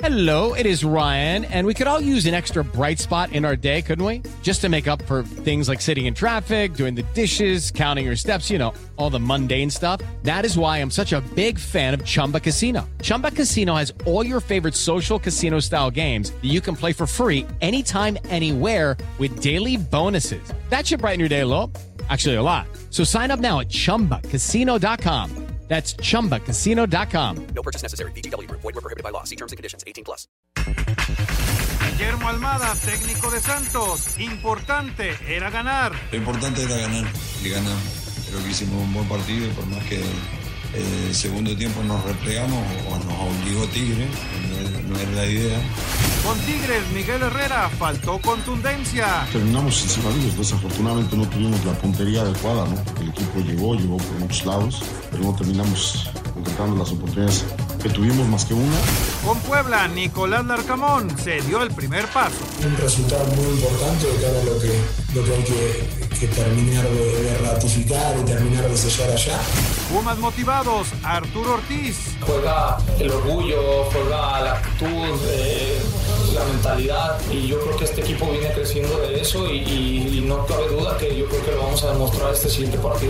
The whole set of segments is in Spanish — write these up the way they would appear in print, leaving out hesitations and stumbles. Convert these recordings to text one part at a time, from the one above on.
Hello, it is Ryan, and we could all use an extra bright spot in our day, couldn't we? Just to make up for things like sitting in traffic, doing the dishes, counting your steps, you know, all the mundane stuff. That is why I'm such a big fan of Chumba Casino. Chumba Casino has all your favorite social casino-style games that you can play for free anytime, anywhere with daily bonuses. That should brighten your day a little. Actually, a lot. So sign up now at ChumbaCasino.com. That's ChumbaCasino.com. No purchase necessary. VGW Group. Void where prohibited by law. See terms and conditions. 18+. Guillermo Almada, técnico de Santos. Importante era ganar. Lo importante era ganar. Y ganamos. Creo que hicimos un buen partido. Por más que el segundo tiempo nos replegamos o nos obligó Tigre. No era la idea. Con Tigres, Miguel Herrera faltó contundencia. Terminamos encima de ellos. Desafortunadamente no tuvimos la puntería adecuada, ¿no? El equipo llegó por muchos lados, pero no terminamos encontrando las oportunidades que tuvimos más que una. Con Puebla, Nicolás Larcamón se dio el primer paso. Un resultado muy importante de cara a lo que hay que terminar de ratificar y terminar de sellar allá. Pumas motivados, Arturo Ortiz. Juega el orgullo, juega la actitud, la mentalidad, y yo creo que este equipo viene creciendo de eso y no cabe duda que yo creo que lo vamos a demostrar este siguiente partido.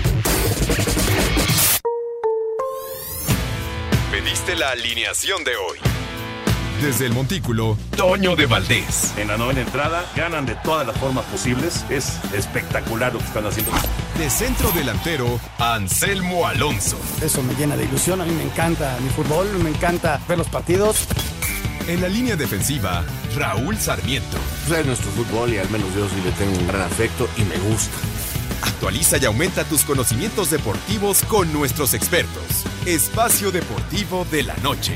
Pediste la alineación de hoy. Desde el Montículo, Toño de Valdés. En la novena entrada, ganan de todas las formas posibles. Es espectacular lo que están haciendo. De centro delantero, Anselmo Alonso. Eso me llena de ilusión. A mí me encanta mi fútbol, me encanta ver los partidos. En la línea defensiva, Raúl Sarmiento. Es nuestro fútbol y al menos yo sí le tengo un gran afecto y me gusta. Actualiza y aumenta tus conocimientos deportivos con nuestros expertos. Espacio Deportivo de la Noche.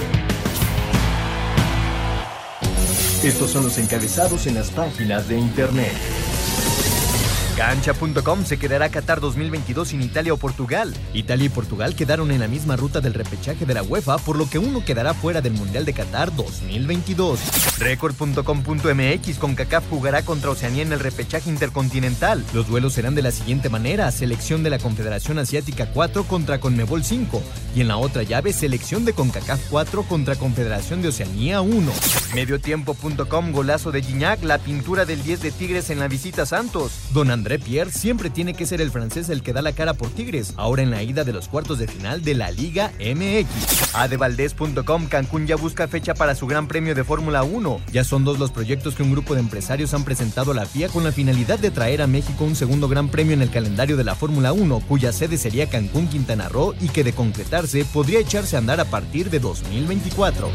Estos son los encabezados en las páginas de internet. Cancha.com se quedará Qatar 2022 sin Italia o Portugal. Italia y Portugal quedaron en la misma ruta del repechaje de la UEFA, por lo que uno quedará fuera del Mundial de Qatar 2022. Record.com.mx, CONCACAF jugará contra Oceanía en el repechaje intercontinental. Los duelos serán de la siguiente manera: selección de la Confederación Asiática 4 contra Conmebol 5. Y en la otra llave, selección de CONCACAF 4 contra Confederación de Oceanía 1. Mediotiempo.com, golazo de Gignac, la pintura del 10 de Tigres en la visita a Santos. Don André Pierre siempre tiene que ser el francés el que da la cara por Tigres, ahora en la ida de los cuartos de final de la Liga MX. Adevaldez.com, Cancún ya busca fecha para su Gran Premio de Fórmula 1. Ya son 2 los proyectos que un grupo de empresarios han presentado a la FIA con la finalidad de traer a México un segundo Gran Premio en el calendario de la Fórmula 1, cuya sede sería Cancún, Quintana Roo, y que de concretarse podría echarse a andar a partir de 2024.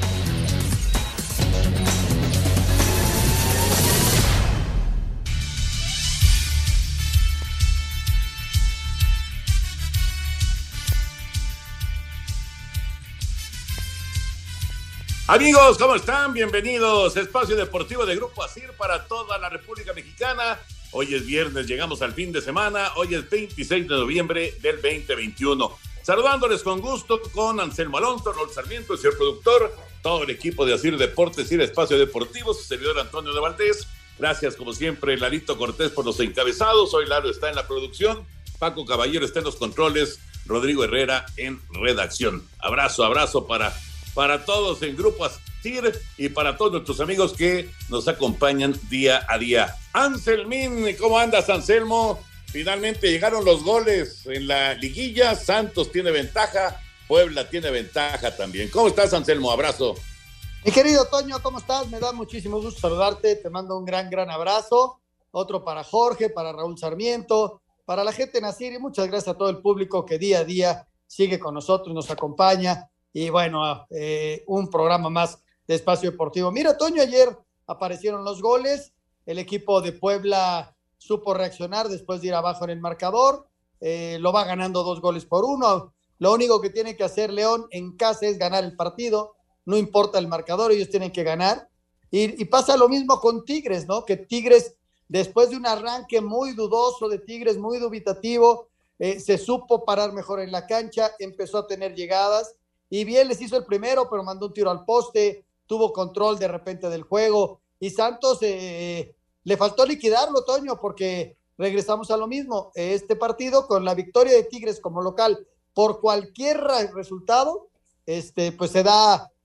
Amigos, ¿cómo están? Bienvenidos. Espacio Deportivo de Grupo ASIR para toda la República Mexicana. Hoy es viernes, llegamos al fin de semana. Hoy es 26 de noviembre del 2021. Saludándoles con gusto con Anselmo Alonso, Raúl Sarmiento, el señor productor, todo el equipo de ASIR Deportes y el Espacio Deportivo, su servidor Antonio de Valdés. Gracias, como siempre, Larito Cortés por los encabezados. Hoy Laro está en la producción, Paco Caballero está en los controles, Rodrigo Herrera en redacción. Abrazo para todos en Grupo ASIR y para todos nuestros amigos que nos acompañan día a día. Anselmín, ¿cómo andas, Anselmo? Finalmente llegaron los goles en la liguilla. Santos tiene ventaja, Puebla tiene ventaja también. ¿Cómo estás, Anselmo? Abrazo. Mi querido Toño, ¿cómo estás? Me da muchísimo gusto saludarte. Te mando un gran abrazo. Otro para Jorge, para Raúl Sarmiento, para la gente en ASIR, y muchas gracias a todo el público que día a día sigue con nosotros, nos acompaña. Y bueno, un programa más de Espacio Deportivo. Mira, Toño, ayer aparecieron los goles. El equipo de Puebla supo reaccionar después de ir abajo en el marcador. Lo va ganando 2-1. Lo único que tiene que hacer León en casa es ganar el partido. No importa el marcador, ellos tienen que ganar. Y pasa lo mismo con Tigres, ¿no? Que Tigres, después de un arranque muy dudoso de Tigres, muy dubitativo, se supo parar mejor en la cancha, empezó a tener llegadas. Y bien les hizo el primero, pero mandó un tiro al poste, tuvo control de repente del juego. Y Santos le faltó liquidarlo, Toño, porque regresamos a lo mismo. Este partido, con la victoria de Tigres como local, por cualquier resultado, pues se da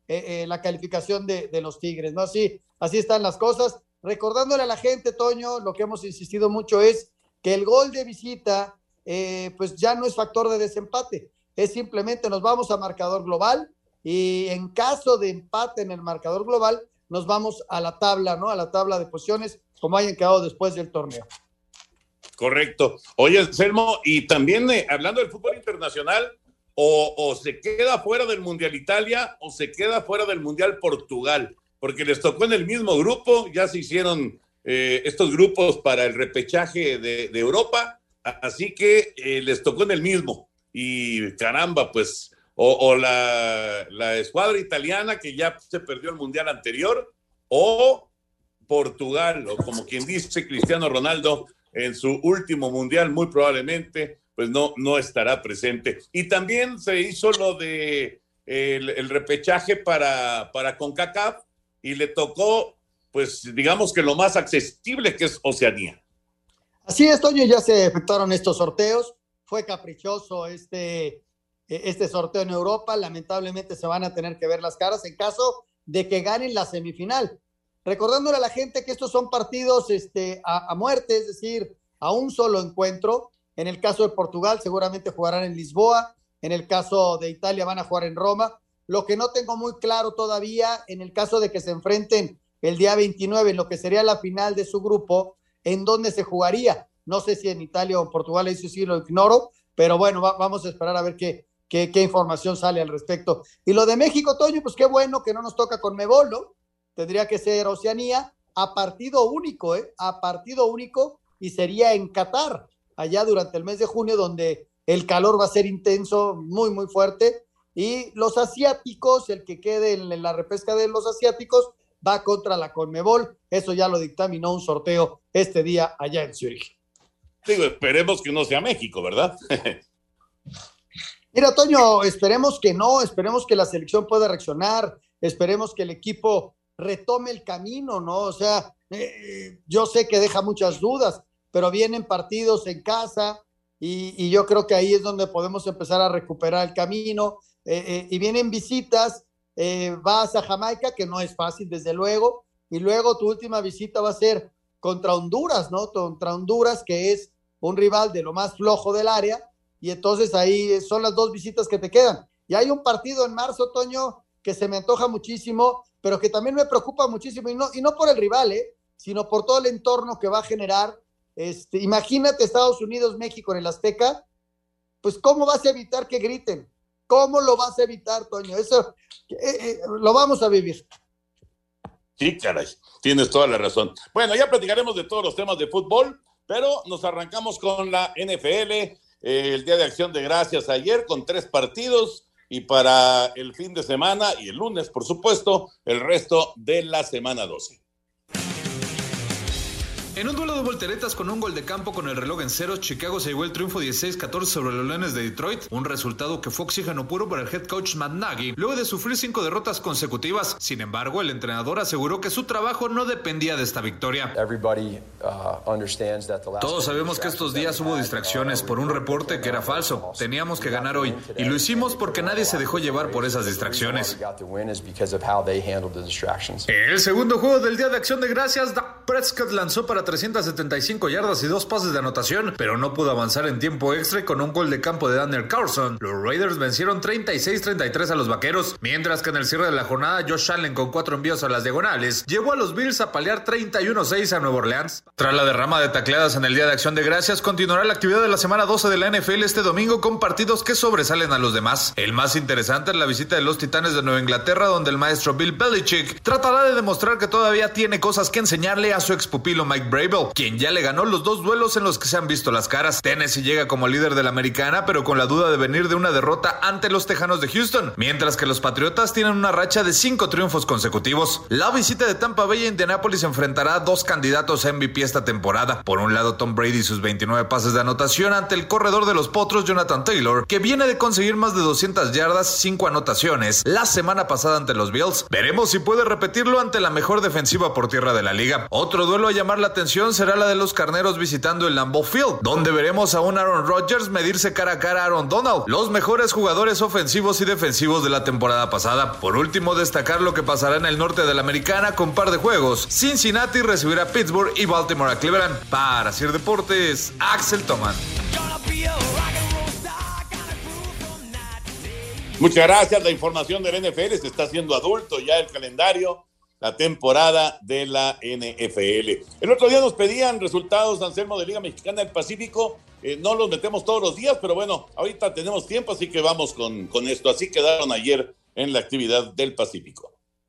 la calificación de los Tigres, ¿no? Así están las cosas. Recordándole a la gente, Toño, lo que hemos insistido mucho es que el gol de visita, pues ya no es factor de desempate, es simplemente nos vamos a marcador global y en caso de empate en el marcador global, nos vamos a la tabla, ¿no? A la tabla de posiciones, como hayan quedado después del torneo. Correcto. Oye, Selmo, y también hablando del fútbol internacional, o se queda fuera del Mundial Italia o se queda fuera del Mundial Portugal, porque les tocó en el mismo grupo, ya se hicieron estos grupos para el repechaje de Europa, así que les tocó en el mismo. Y caramba, pues, o la escuadra italiana que ya se perdió el Mundial anterior, o Portugal, o como quien dice Cristiano Ronaldo, en su último Mundial muy probablemente pues no estará presente. Y también se hizo lo de el repechaje para CONCACAF y le tocó, pues digamos que lo más accesible, que es Oceanía. Así es, Toño, ya se efectuaron estos sorteos. Fue caprichoso este sorteo en Europa. Lamentablemente se van a tener que ver las caras en caso de que ganen la semifinal. Recordándole a la gente que estos son partidos a muerte, es decir, a un solo encuentro. En el caso de Portugal seguramente jugarán en Lisboa, en el caso de Italia van a jugar en Roma. Lo que no tengo muy claro todavía, en el caso de que se enfrenten el día 29 en lo que sería la final de su grupo, ¿en dónde se jugaría? No sé si en Italia o en Portugal, eso sí lo ignoro, pero bueno, vamos a esperar a ver qué información sale al respecto. Y lo de México, Toño, pues qué bueno que no nos toca CONMEBOL, ¿no? Tendría que ser Oceanía a partido único, a partido único, y sería en Qatar, allá durante el mes de junio, donde el calor va a ser intenso, muy, muy fuerte, y los asiáticos, el que quede en la repesca de los asiáticos, va contra la CONMEBOL. Eso ya lo dictaminó un sorteo este día allá en Zúrich. Digo, esperemos que no sea México, ¿verdad? Mira, Toño, esperemos que no, esperemos que la selección pueda reaccionar, esperemos que el equipo retome el camino, ¿no? O sea, yo sé que deja muchas dudas, pero vienen partidos en casa y yo creo que ahí es donde podemos empezar a recuperar el camino, y vienen visitas, vas a Jamaica, que no es fácil desde luego, y luego tu última visita va a ser contra Honduras, ¿no? Contra Honduras, que es un rival de lo más flojo del área, y entonces ahí son las dos visitas que te quedan. Y hay un partido en marzo, Toño, que se me antoja muchísimo, pero que también me preocupa muchísimo, y no por el rival, sino por todo el entorno que va a generar. Imagínate Estados Unidos, México en el Azteca, pues ¿cómo vas a evitar que griten? ¿Cómo lo vas a evitar, Toño? Eso lo vamos a vivir. Sí, caray, tienes toda la razón. Bueno, ya platicaremos de todos los temas de fútbol, pero nos arrancamos con la NFL, el Día de Acción de Gracias ayer con 3 partidos, y para el fin de semana y el lunes, por supuesto, el resto de la semana 12. En un duelo de volteretas con un gol de campo con el reloj en cero, Chicago se llevó el triunfo 16-14 sobre los Leones de Detroit, un resultado que fue oxígeno puro para el head coach Matt Nagy, luego de sufrir 5 derrotas consecutivas. Sin embargo, el entrenador aseguró que su trabajo no dependía de esta victoria. Todos sabemos que estos días hubo distracciones por un reporte que era falso. Teníamos que ganar hoy, y lo hicimos porque nadie se dejó llevar por esas distracciones. En el segundo juego del Día de Acción de Gracias, Dak Prescott lanzó para 375 yardas y 2 pases de anotación, pero no pudo avanzar en tiempo extra, y con un gol de campo de Daniel Carlson, los Raiders vencieron 36-33 a los Vaqueros, mientras que en el cierre de la jornada, Josh Allen con 4 envíos a las diagonales llevó a los Bills a paliar 31-6 a Nueva Orleans. Tras la derrama de tacleadas en el Día de Acción de Gracias, continuará la actividad de la semana 12 de la NFL este domingo con partidos que sobresalen a los demás. El más interesante es la visita de los Titanes de Nueva Inglaterra, donde el maestro Bill Belichick tratará de demostrar que todavía tiene cosas que enseñarle a su expupilo Mike Vrabel, quien ya le ganó los 2 duelos en los que se han visto las caras. Tennessee llega como líder de la americana, pero con la duda de venir de una derrota ante los Tejanos de Houston, mientras que los Patriotas tienen una racha de 5 triunfos consecutivos. La visita de Tampa Bay a Indianapolis enfrentará a 2 candidatos a MVP esta temporada. Por un lado, Tom Brady y sus 29 pases de anotación ante el corredor de los Potros, Jonathan Taylor, que viene de conseguir más de 200 yardas, 5 anotaciones la semana pasada ante los Bills. Veremos si puede repetirlo ante la mejor defensiva por tierra de la liga. Otro duelo a llamar la atención será la de los Carneros visitando el Lambeau Field, donde veremos a un Aaron Rodgers medirse cara a cara a Aaron Donald, los mejores jugadores ofensivos y defensivos de la temporada pasada. Por último, destacar lo que pasará en el norte de la Americana con par de juegos. Cincinnati recibirá a Pittsburgh y Baltimore a Cleveland. Para Sir Deportes, Axel Toman. Muchas gracias. La información del NFL, se está haciendo adulto ya el calendario, la temporada de la NFL. El otro día nos pedían resultados, Anselmo, de Liga Mexicana del Pacífico. No los metemos todos los días, pero bueno, ahorita tenemos tiempo, así que vamos con esto. Así quedaron ayer en la actividad del Pacífico.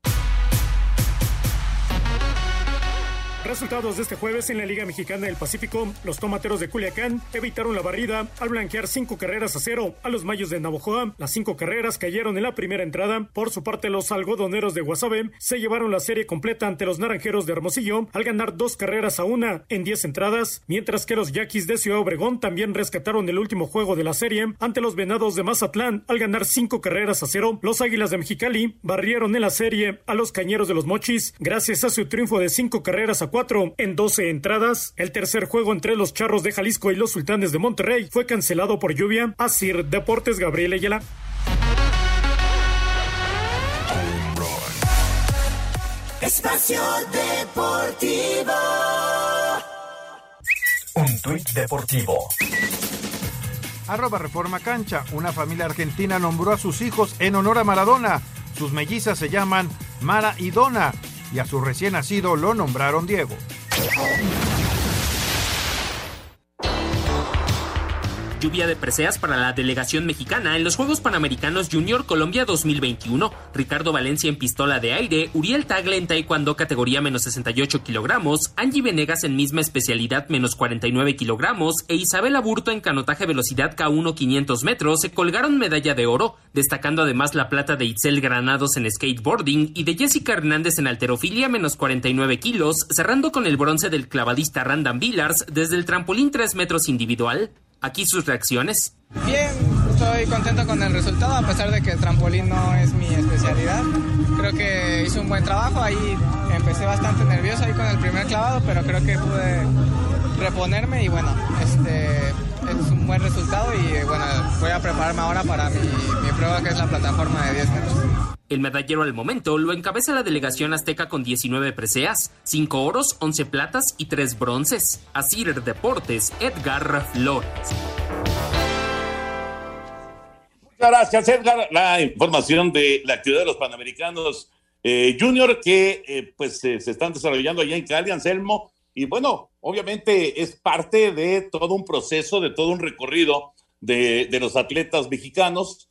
Resultados de este jueves en la Liga Mexicana del Pacífico. Los Tomateros de Culiacán evitaron la barrida al blanquear 5-0 a los Mayos de Navojoa. Las 5 carreras cayeron en la primera entrada. Por su parte, los Algodoneros de Guasave se llevaron la serie completa ante los Naranjeros de Hermosillo al ganar 2-1 en 10 entradas, mientras que los Yaquis de Ciudad Obregón también rescataron el último juego de la serie ante los Venados de Mazatlán al ganar 5-0. Los Águilas de Mexicali barrieron en la serie a los Cañeros de los Mochis gracias a su triunfo de 5-4 en 12 entradas. El tercer juego entre los Charros de Jalisco y los Sultanes de Monterrey fue cancelado por lluvia. Asir Deportes, Gabriel Ayala. Espacio Deportivo. Un tuit deportivo. @Reforma Cancha. Una familia argentina nombró a sus hijos en honor a Maradona. Sus mellizas se llaman Mara y Donna, y a su recién nacido lo nombraron Diego. Lluvia de preseas para la delegación mexicana en los Juegos Panamericanos Junior Colombia 2021. Ricardo Valencia en pistola de aire, Uriel Tagle en taekwondo categoría menos 68 kilogramos, Angie Venegas en misma especialidad menos 49 kilogramos e Isabel Aburto en canotaje velocidad K1 500 metros se colgaron medalla de oro, destacando además la plata de Itzel Granados en skateboarding y de Jessica Hernández en halterofilia menos 49 kilos, cerrando con el bronce del clavadista Randall Villars desde el trampolín 3 metros individual. Aquí sus reacciones. Bien, estoy contento con el resultado, a pesar de que el trampolín no es mi especialidad. Creo que hice un buen trabajo, ahí empecé bastante nervioso ahí con el primer clavado, pero creo que pude reponerme y bueno, es un buen resultado y bueno, voy a prepararme ahora para mi prueba, que es la plataforma de 10 metros. El medallero al momento lo encabeza la delegación azteca con 19 preseas, 5 oros, 11 platas y 3 bronces. Asir Deportes, Edgar Flores. Muchas gracias, Edgar. La información de la actividad de los Panamericanos Junior que se están desarrollando allá en Cali, Anselmo. Y bueno, obviamente es parte de todo un proceso, de todo un recorrido de los atletas mexicanos.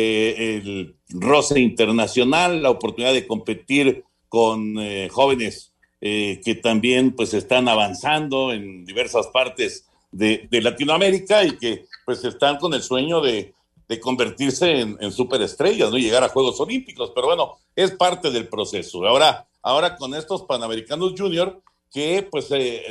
El roce internacional, la oportunidad de competir con jóvenes que también pues están avanzando en diversas partes de Latinoamérica y que pues están con el sueño de convertirse en superestrellas, ¿no? Y llegar a Juegos Olímpicos, pero bueno, es parte del proceso. Ahora con estos Panamericanos Junior que pues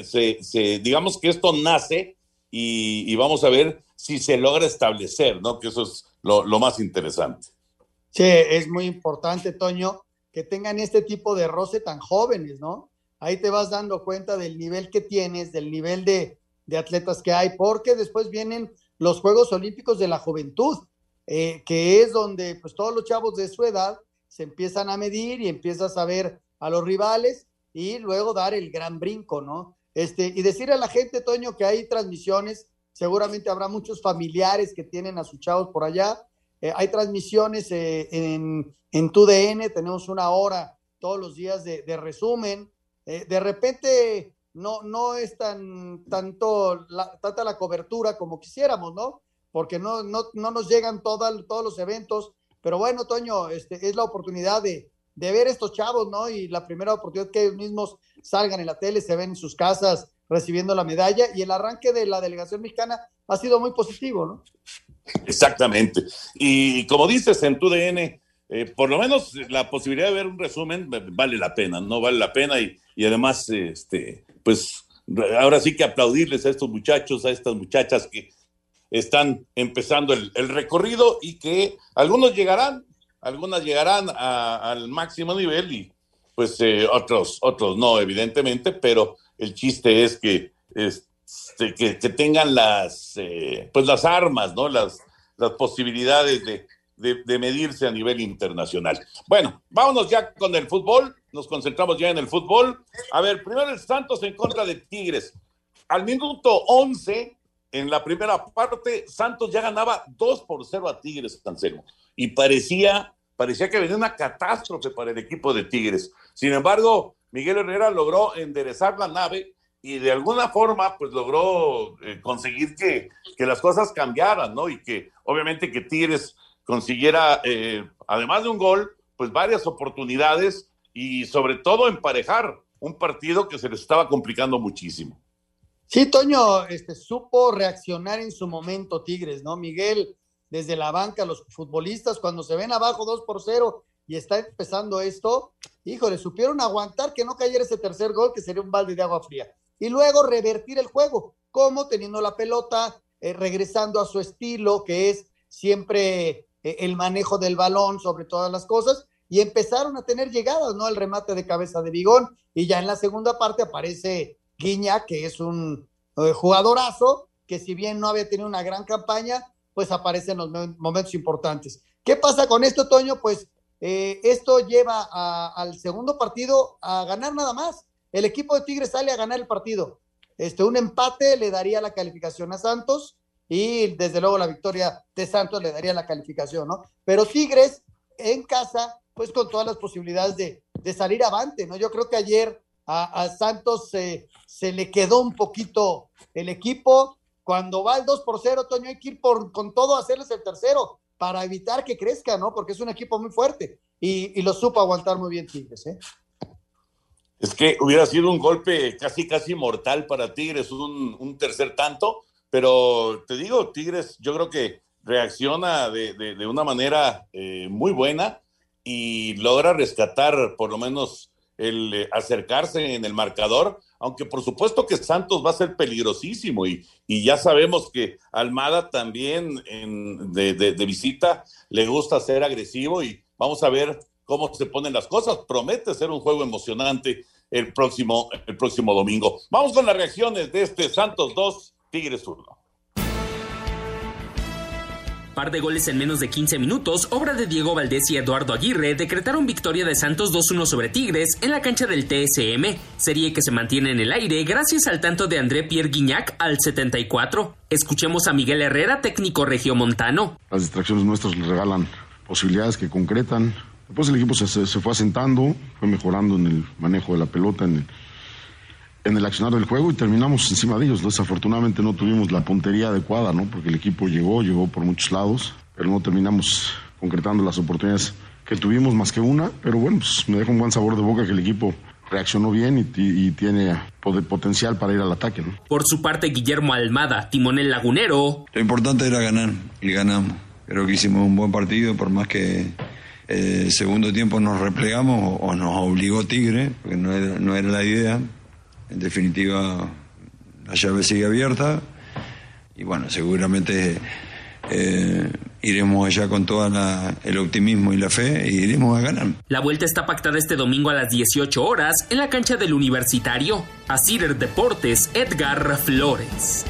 digamos que esto nace y vamos a ver si se logra establecer, ¿no? Que eso es lo más interesante. Sí, es muy importante, Toño, que tengan este tipo de roce tan jóvenes, ¿no? Ahí te vas dando cuenta del nivel que tienes, del nivel de atletas que hay, porque después vienen los Juegos Olímpicos de la Juventud, que es donde pues todos los chavos de su edad se empiezan a medir y empiezas a ver a los rivales y luego dar el gran brinco, ¿no? Y decirle a la gente, Toño, que hay transmisiones. Seguramente habrá muchos familiares que tienen a sus chavos por allá. Hay transmisiones en TUDN, tenemos 1 hora todos los días de resumen. De repente no es tanta la cobertura como quisiéramos, ¿no? Porque no nos llegan todos los eventos. Pero bueno, Toño, es la oportunidad de ver estos chavos, ¿no? Y la primera oportunidad que ellos mismos salgan en la tele, se ven en sus casas recibiendo la medalla, y el arranque de la delegación mexicana ha sido muy positivo, ¿no? Exactamente. Y como dices, en TUDN, por lo menos la posibilidad de ver un resumen vale la pena, ¿no? Vale la pena y además, pues ahora sí que aplaudirles a estos muchachos, a estas muchachas que están empezando el recorrido y que algunas llegarán al máximo nivel y pues otros no, evidentemente, pero el chiste es que tengan las armas, ¿no? Las posibilidades de medirse a nivel internacional. Bueno, vámonos ya con el fútbol, nos concentramos ya en el fútbol. A ver, primero el Santos en contra de Tigres. Al minuto 11, en la primera parte, Santos ya ganaba 2-0 a Tigres, Anselmo, y parecía que venía una catástrofe para el equipo de Tigres. Sin embargo, Miguel Herrera logró enderezar la nave y de alguna forma pues logró conseguir que las cosas cambiaran, ¿no? Y que obviamente que Tigres consiguiera, además de un gol, pues varias oportunidades y sobre todo emparejar un partido que se les estaba complicando muchísimo. Sí, Toño, supo reaccionar en su momento Tigres, ¿no? Miguel, desde la banca, los futbolistas, cuando se ven abajo 2-0 y está empezando esto, híjole, supieron aguantar que no cayera ese tercer gol, que sería un balde de agua fría. Y luego revertir el juego, como teniendo la pelota, regresando a su estilo, que es siempre el manejo del balón sobre todas las cosas, y empezaron a tener llegadas, ¿no? El remate de cabeza de Bigón, y ya en la segunda parte aparece Guiñac, que es un jugadorazo, que si bien no había tenido una gran campaña, pues aparece en los momentos importantes. ¿Qué pasa con esto, Toño? Pues esto lleva al segundo partido a ganar nada más. El equipo de Tigres sale a ganar el partido. Un empate le daría la calificación a Santos y desde luego la victoria de Santos le daría la calificación, ¿no? Pero Tigres en casa, pues con todas las posibilidades de salir avante, ¿no? Yo creo que ayer a Santos se le quedó un poquito el equipo. Cuando va el 2-0, Toño, hay que ir con todo a hacerles el tercero para evitar que crezca, ¿no? Porque es un equipo muy fuerte y lo supo aguantar muy bien Tigres, ¿eh? Es que hubiera sido un golpe casi mortal para Tigres, un tercer tanto, pero te digo, Tigres yo creo que reacciona de una manera muy buena y logra rescatar por lo menos el acercarse en el marcador, aunque por supuesto que Santos va a ser peligrosísimo y ya sabemos que Almada también de visita le gusta ser agresivo y vamos a ver cómo se ponen las cosas. Promete ser un juego emocionante el próximo domingo. Vamos con las reacciones de Santos 2, Tigres 1. Par de goles en menos de 15 minutos, obra de Diego Valdés y Eduardo Aguirre, decretaron victoria de Santos 2-1 sobre Tigres en la cancha del TSM, serie que se mantiene en el aire gracias al tanto de André Pierre Guignac al 74. Escuchemos a Miguel Herrera, técnico regiomontano. Las distracciones nuestras le regalan posibilidades que concretan. Después el equipo se fue asentando, fue mejorando en el manejo de la pelota, en el accionar del juego y terminamos encima de ellos. Desafortunadamente no tuvimos la puntería adecuada, ¿no? Porque el equipo llegó por muchos lados, pero no terminamos concretando las oportunidades que tuvimos más que una. Pero bueno, pues me deja un buen sabor de boca que el equipo reaccionó bien y tiene potencial para ir al ataque, ¿no? Por su parte, Guillermo Almada, timonel lagunero. Lo importante era ganar y ganamos. Creo que hicimos un buen partido, por más que segundo tiempo nos replegamos o nos obligó Tigre, porque no era la idea. En definitiva, la llave sigue abierta y bueno, seguramente iremos allá con todo el optimismo y la fe y iremos a ganar. La vuelta está pactada este domingo a las 18 horas en la cancha del Universitario. Asir Deportes, Edgar Flores.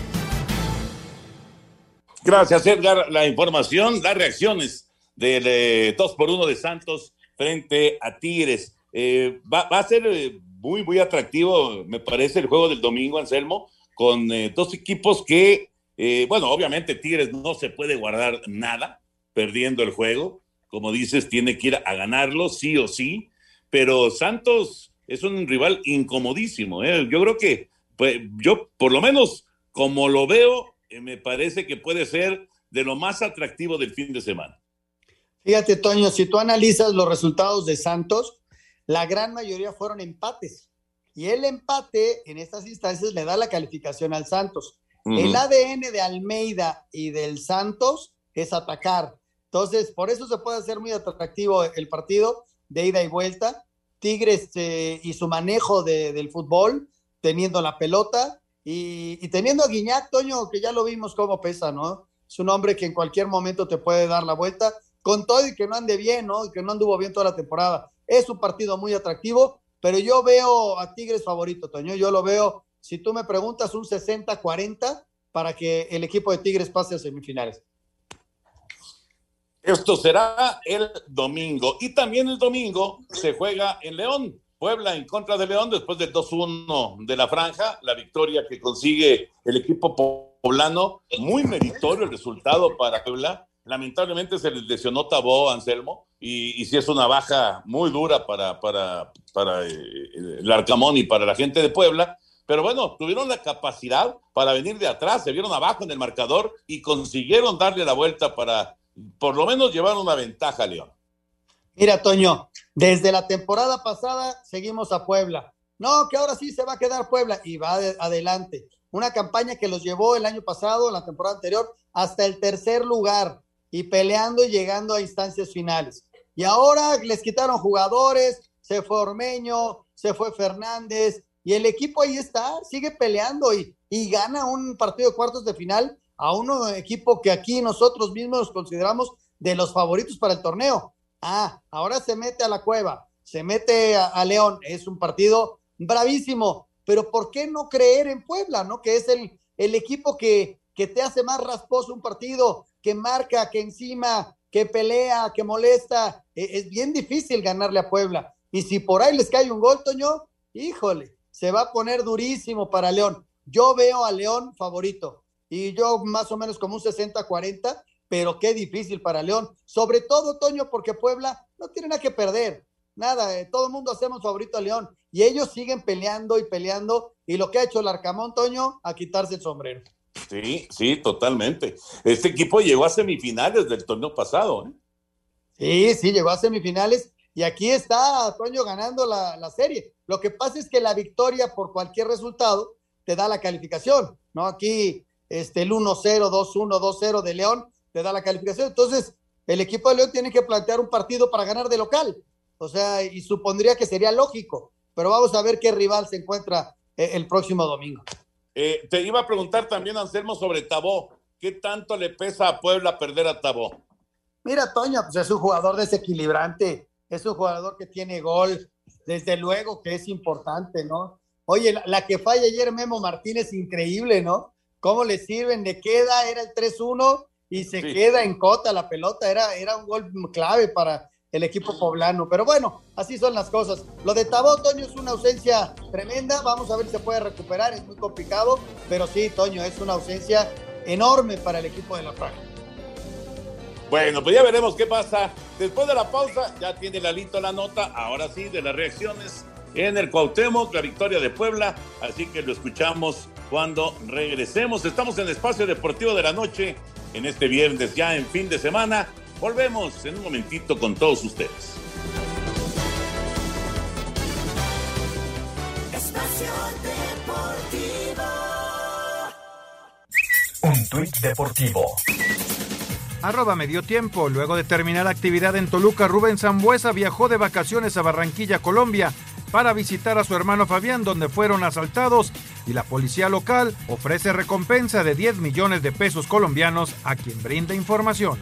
Gracias, Edgar. La información, las reacciones del 2-1 de Santos frente a Tigres. Va a ser muy, muy atractivo, me parece, el juego del domingo, Anselmo, con dos equipos que, obviamente Tigres no se puede guardar nada perdiendo el juego. Como dices, tiene que ir a ganarlo, sí o sí, pero Santos es un rival incomodísimo, ¿eh? Yo creo que, yo por lo menos, como lo veo, me parece que puede ser de lo más atractivo del fin de semana. Fíjate, Toño, si tú analizas los resultados de Santos, la gran mayoría fueron empates. Y el empate en estas instancias le da la calificación al Santos. Uh-huh. El ADN de Almeida y del Santos es atacar. Entonces, por eso se puede hacer muy atractivo el partido de ida y vuelta. Tigres y su manejo del fútbol, teniendo la pelota y teniendo a Guignac, Toño, que ya lo vimos cómo pesa, ¿no? Es un hombre que en cualquier momento te puede dar la vuelta, con todo y que no ande bien, ¿no? Y que no anduvo bien toda la temporada. Es un partido muy atractivo pero yo veo a Tigres favorito, Toño. Yo lo veo, si tú me preguntas, un 60-40 para que el equipo de Tigres pase a semifinales. Esto será el domingo. Y también el domingo se juega en León. Puebla en contra de León después del 2-1 de la Franja. La victoria que consigue el equipo poblano. Muy meritorio el resultado para Puebla. Lamentablemente se les lesionó Tabó, Anselmo. Y sí es una baja muy dura para el Arcamón y para la gente de Puebla. Pero bueno, tuvieron la capacidad para venir de atrás. Se vieron abajo en el marcador y consiguieron darle la vuelta para por lo menos llevar una ventaja a León. Mira, Toño, desde la temporada pasada seguimos a Puebla. No, que ahora sí se va a quedar Puebla y va adelante. Una campaña que los llevó el año pasado, la temporada anterior, hasta el tercer lugar y peleando y llegando a instancias finales. Y ahora les quitaron jugadores, se fue Ormeño, se fue Fernández y el equipo ahí está, sigue peleando y gana un partido de cuartos de final a un equipo que aquí nosotros mismos consideramos de los favoritos para el torneo. Ahora se mete a la Cueva, se mete a León, es un partido bravísimo, pero ¿por qué no creer en Puebla, no? Que es el equipo que te hace más rasposo un partido, que marca, que encima, que pelea, que molesta. Es bien difícil ganarle a Puebla, y si por ahí les cae un gol, Toño, híjole, se va a poner durísimo para León. Yo veo a León favorito, y yo más o menos como un 60-40, pero qué difícil para León, sobre todo, Toño, porque Puebla no tiene nada que perder, nada, todo el mundo hacemos favorito a León, y ellos siguen peleando, y lo que ha hecho el Arcamón, Toño, a quitarse el sombrero. Sí, totalmente. Este equipo llegó a semifinales del torneo pasado, ¿eh? Sí, llegó a semifinales, y aquí está, Toño, ganando la serie. Lo que pasa es que la victoria por cualquier resultado te da la calificación, ¿no? Aquí el 1-0, 2-1, 2-0 de León te da la calificación. Entonces, el equipo de León tiene que plantear un partido para ganar de local. O sea, y supondría que sería lógico. Pero vamos a ver qué rival se encuentra el próximo domingo. Te iba a preguntar también, Anselmo, sobre Tabó. ¿Qué tanto le pesa a Puebla perder a Tabó? Mira, Toño, pues es un jugador desequilibrante. Es un jugador que tiene gol. Desde luego que es importante, ¿no? Oye, la que falla ayer Memo Martínez, increíble, ¿no? ¿Cómo le sirven? Le queda, era el 3-1 y se queda en cota la pelota. Era un gol clave para el equipo poblano. Pero bueno, así son las cosas. Lo de Tabó, Toño, es una ausencia tremenda. Vamos a ver si se puede recuperar. Es muy complicado. Pero sí, Toño, es una ausencia enorme para el equipo de la Franja. Bueno, pues ya veremos qué pasa. Después de la pausa, ya tiene Lalito la nota. Ahora sí, de las reacciones en el Cuauhtémoc, la victoria de Puebla, así que lo escuchamos cuando regresemos. Estamos en Espacio Deportivo de la Noche, en este viernes ya en fin de semana. Volvemos en un momentito con todos ustedes. Espacio Deportivo. Un tuit deportivo. @mediotiempo. Luego de terminar actividad en Toluca, Rubén Sambueza viajó de vacaciones a Barranquilla, Colombia, para visitar a su hermano Fabián, donde fueron asaltados, y la policía local ofrece recompensa de 10 millones de pesos colombianos a quien brinde información.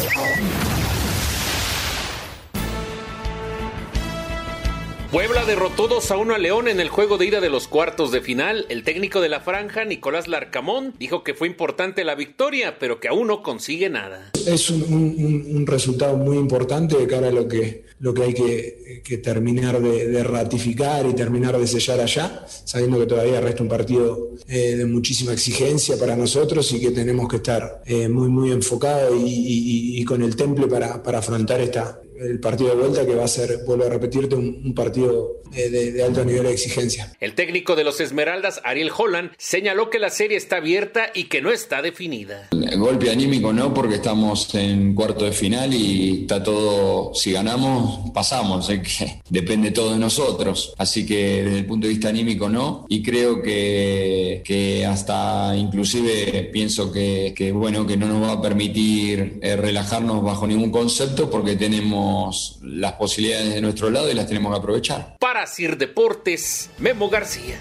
Puebla derrotó 2-1 a León en el juego de ida de los cuartos de final. El técnico de la Franja, Nicolás Larcamón, dijo que fue importante la victoria, pero que aún no consigue nada. Es un resultado muy importante de cara a lo que hay que terminar de ratificar y terminar de sellar allá, sabiendo que todavía resta un partido de muchísima exigencia para nosotros y que tenemos que estar muy enfocados y con el temple para afrontar el partido de vuelta, que va a ser, vuelvo a repetirte, un partido de alto nivel de exigencia. El técnico de los Esmeraldas, Ariel Holland, señaló que la serie está abierta y que no está definida. El golpe anímico no, porque estamos en cuarto de final y está todo, si ganamos, pasamos, que depende todo de nosotros. Así que desde el punto de vista anímico no, y creo que hasta inclusive pienso que no nos va a permitir relajarnos bajo ningún concepto, porque tenemos las posibilidades de nuestro lado y las tenemos que aprovechar. Para Sir Deportes, Memo García.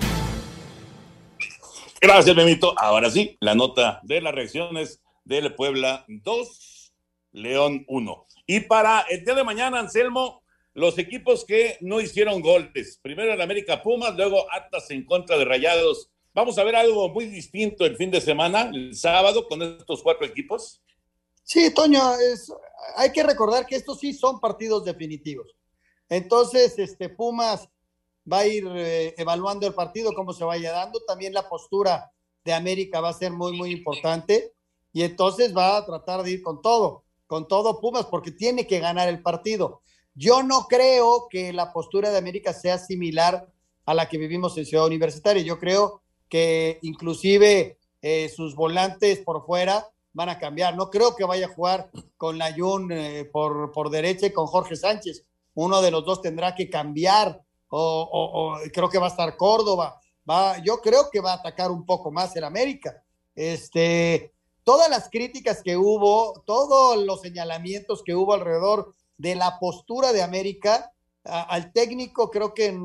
Gracias, Memito. Ahora sí, la nota de las reacciones del Puebla 2, León 1. Y para el día de mañana, Anselmo, los equipos que no hicieron goles. Primero el América Pumas, luego Atlas en contra de Rayados. Vamos a ver algo muy distinto el fin de semana, el sábado, con estos 4 equipos. Sí, Toño, hay que recordar que estos sí son partidos definitivos. Entonces, Pumas va a ir evaluando el partido, cómo se vaya dando. También la postura de América va a ser muy, muy importante. Y entonces va a tratar de ir con todo Pumas, porque tiene que ganar el partido. Yo no creo que la postura de América sea similar a la que vivimos en Ciudad Universitaria. Yo creo que inclusive sus volantes por fuera van a cambiar. No creo que vaya a jugar con Layún por derecha y con Jorge Sánchez. Uno de los dos tendrá que cambiar, o creo que va a estar Córdoba. Yo creo que va a atacar un poco más el América. Todas las críticas que hubo, todos los señalamientos que hubo alrededor de la postura de América, al técnico creo que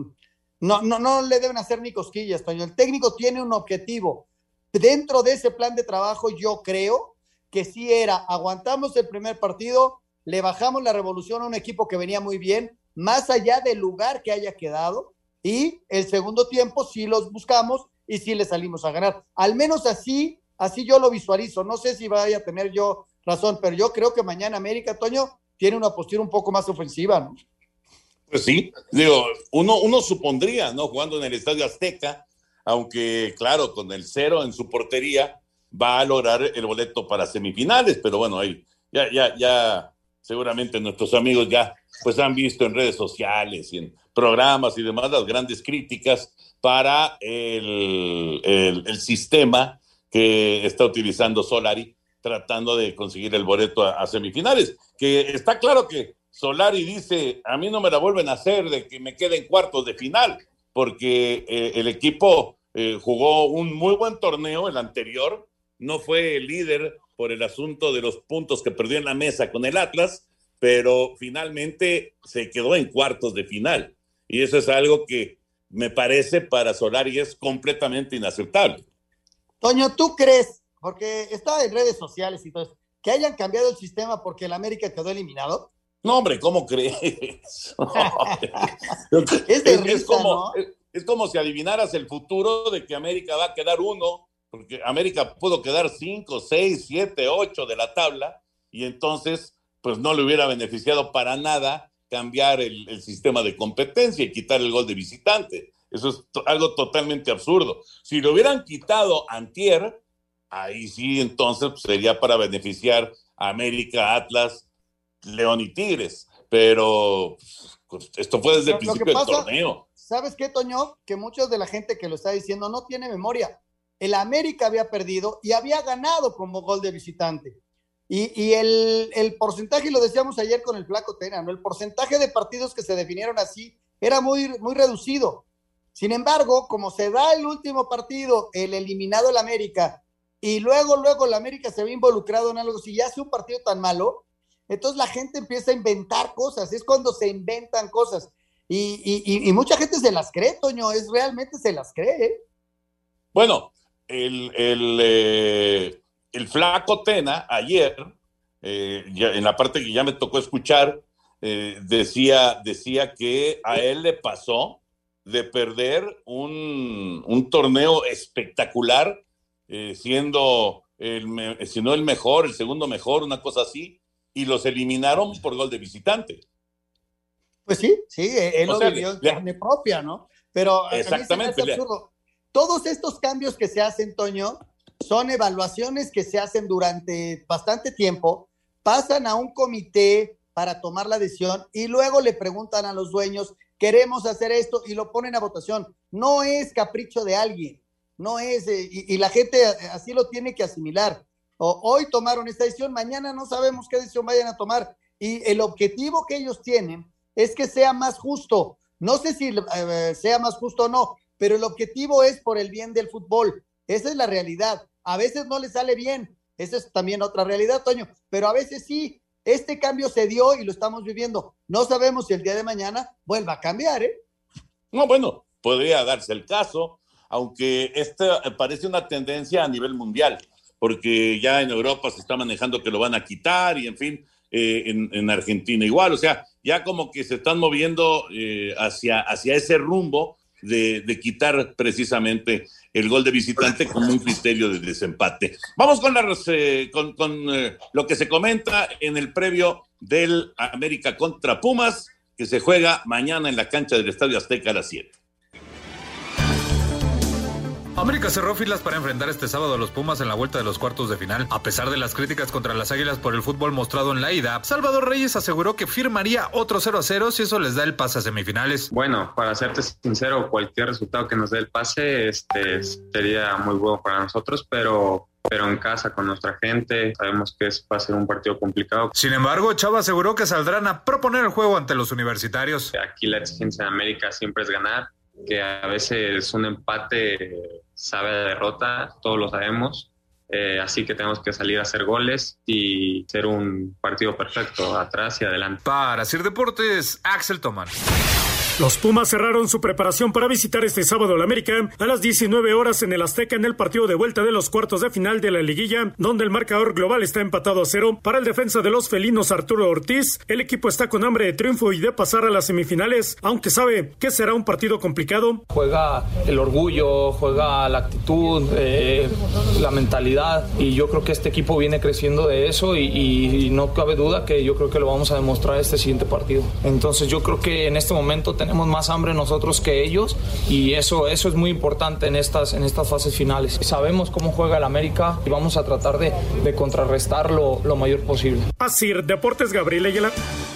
no le deben hacer ni cosquillas, Toño. El técnico tiene un objetivo. Dentro de ese plan de trabajo, yo creo que sí era, aguantamos el primer partido, le bajamos la revolución a un equipo que venía muy bien, más allá del lugar que haya quedado, y el segundo tiempo sí los buscamos y sí le salimos a ganar. Al menos así yo lo visualizo. No sé si vaya a tener yo razón, pero yo creo que mañana América, Toño, tiene una postura un poco más ofensiva, ¿no? Pues sí, digo, uno supondría, ¿no? Jugando en el Estadio Azteca, aunque claro, con el 0 en su portería va a lograr el boleto para semifinales, pero bueno, ahí ya seguramente nuestros amigos ya pues han visto en redes sociales y en programas y demás las grandes críticas para el sistema que está utilizando Solari, tratando de conseguir el boleto a semifinales, que está claro que Solari dice, a mí no me la vuelven a hacer de que me quede en cuartos de final, porque el equipo jugó un muy buen torneo, el anterior, no fue el líder por el asunto de los puntos que perdió en la mesa con el Atlas, pero finalmente se quedó en cuartos de final, y eso es algo que me parece para Solari es completamente inaceptable. Toño, ¿tú crees, porque está en redes sociales y todo eso, que hayan cambiado el sistema porque el América quedó eliminado? No, hombre, ¿cómo crees? Es de risa, ¿no? Es como si adivinaras el futuro de que América va a quedar 1, porque América pudo quedar 5, 6, 7, 8 de la tabla, y entonces pues no le hubiera beneficiado para nada cambiar el sistema de competencia y quitar el gol de visitante. Eso es algo totalmente absurdo. Si lo hubieran quitado antier, ahí sí entonces pues, sería para beneficiar a América, Atlas, León y Tigres, pero pues, esto fue desde el principio del torneo. ¿Sabes qué, Toño? Que muchos de la gente que lo está diciendo no tiene memoria. El América había perdido y había ganado como gol de visitante. Y el porcentaje, y lo decíamos ayer con el Flaco Tena, ¿no? El porcentaje de partidos que se definieron así era muy, muy reducido. Sin embargo, como se da el último partido, el eliminado el América, y luego el América se ve involucrado en algo, si ya hace un partido tan malo, entonces la gente empieza a inventar cosas, es cuando se inventan cosas, y mucha gente se las cree, Toño, realmente se las cree, ¿eh? Bueno, el Flaco Tena ayer, en la parte que ya me tocó escuchar, decía que a él le pasó de perder un torneo espectacular, siendo si no el mejor, el segundo mejor, una cosa así, y los eliminaron por gol de visitante. Pues sí, él lo vivió en carne propia, ¿no? Pero exactamente. A mí se me hace absurdo. Todos estos cambios que se hacen, Toño, son evaluaciones que se hacen durante bastante tiempo, pasan a un comité para tomar la decisión y luego le preguntan a los dueños, queremos hacer esto, y lo ponen a votación. No es capricho de alguien, no es, y la gente así lo tiene que asimilar. Hoy tomaron esta decisión, mañana no sabemos qué decisión vayan a tomar, y el objetivo que ellos tienen es que sea más justo. No sé si sea más justo o no, pero el objetivo es por el bien del fútbol. Esa es la realidad. A veces no le sale bien, esa es también otra realidad, Toño, pero a veces sí. Este cambio se dio y lo estamos viviendo. No sabemos si el día de mañana vuelva a cambiar, ¿eh? No, bueno, podría darse el caso, aunque parece una tendencia a nivel mundial, porque ya en Europa se está manejando que lo van a quitar y en fin, en Argentina igual, o sea, ya como que se están moviendo hacia ese rumbo de quitar precisamente el gol de visitante como un criterio de desempate. Vamos con lo que se comenta en el previo del América contra Pumas, que se juega mañana en la cancha del Estadio Azteca a las 7. América cerró filas para enfrentar este sábado a los Pumas en la vuelta de los cuartos de final. A pesar de las críticas contra las Águilas por el fútbol mostrado en la ida, Salvador Reyes aseguró que firmaría otro 0-0 si eso les da el pase a semifinales. Bueno, para serte sincero, cualquier resultado que nos dé el pase sería muy bueno para nosotros, pero en casa con nuestra gente sabemos que va a ser un partido complicado. Sin embargo, Chava aseguró que saldrán a proponer el juego ante los universitarios. Aquí la exigencia de América siempre es ganar, que a veces un empate sabe a derrota, todos lo sabemos, así que tenemos que salir a hacer goles y ser un partido perfecto, atrás y adelante. Para Sir Deportes, Axel Tomán. Los Pumas cerraron su preparación para visitar este sábado al América a las 19 horas en el Azteca en el partido de vuelta de los cuartos de final de la liguilla, donde el marcador global está empatado a 0. Para el defensa de los felinos Arturo Ortiz, el equipo está con hambre de triunfo y de pasar a las semifinales, aunque sabe que será un partido complicado. Juega el orgullo, juega la actitud, la mentalidad, y yo creo que este equipo viene creciendo de eso y no cabe duda que yo creo que lo vamos a demostrar este siguiente partido. Entonces yo creo que en este momento tenemos más hambre nosotros que ellos, y eso es muy importante en estas fases finales. Sabemos cómo juega el América y vamos a tratar de contrarrestar lo mayor posible. Así, Deportes, Gabriel Ayala.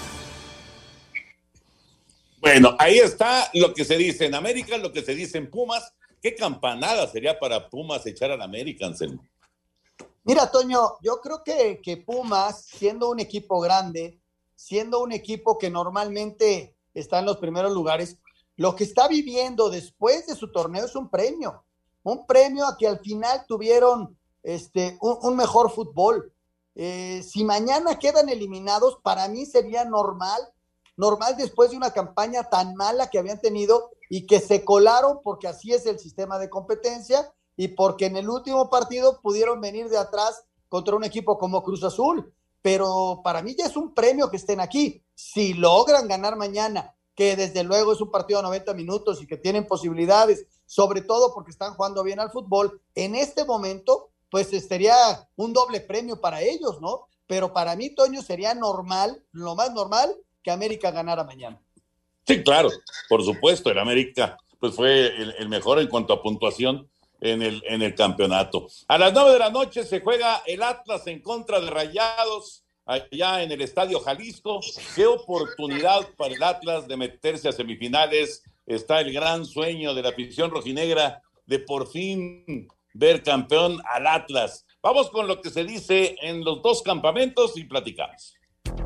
Bueno, ahí está lo que se dice en América, lo que se dice en Pumas. ¿Qué campanada sería para Pumas echar al América, Anselmo? Mira, Toño, yo creo que Pumas, siendo un equipo grande, siendo un equipo que normalmente está en los primeros lugares, lo que está viviendo después de su torneo es un premio a que al final tuvieron un mejor fútbol. Si mañana quedan eliminados, para mí sería normal después de una campaña tan mala que habían tenido y que se colaron, porque así es el sistema de competencia, y porque en el último partido pudieron venir de atrás contra un equipo como Cruz Azul. Pero para mí ya es un premio que estén aquí. Si logran ganar mañana, que desde luego es un partido de 90 minutos y que tienen posibilidades, sobre todo porque están jugando bien al fútbol, en este momento, pues sería un doble premio para ellos, ¿no? Pero para mí, Toño, sería normal, lo más normal, que América ganara mañana. Sí, claro, por supuesto, el América pues fue el mejor en cuanto a puntuación en el campeonato. A las 9 de la noche se juega el Atlas en contra de Rayados, allá en el Estadio Jalisco. Qué oportunidad para el Atlas de meterse a semifinales. Está el gran sueño de la afición rojinegra de por fin ver campeón al Atlas. Vamos con lo que se dice en los dos campamentos y platicamos.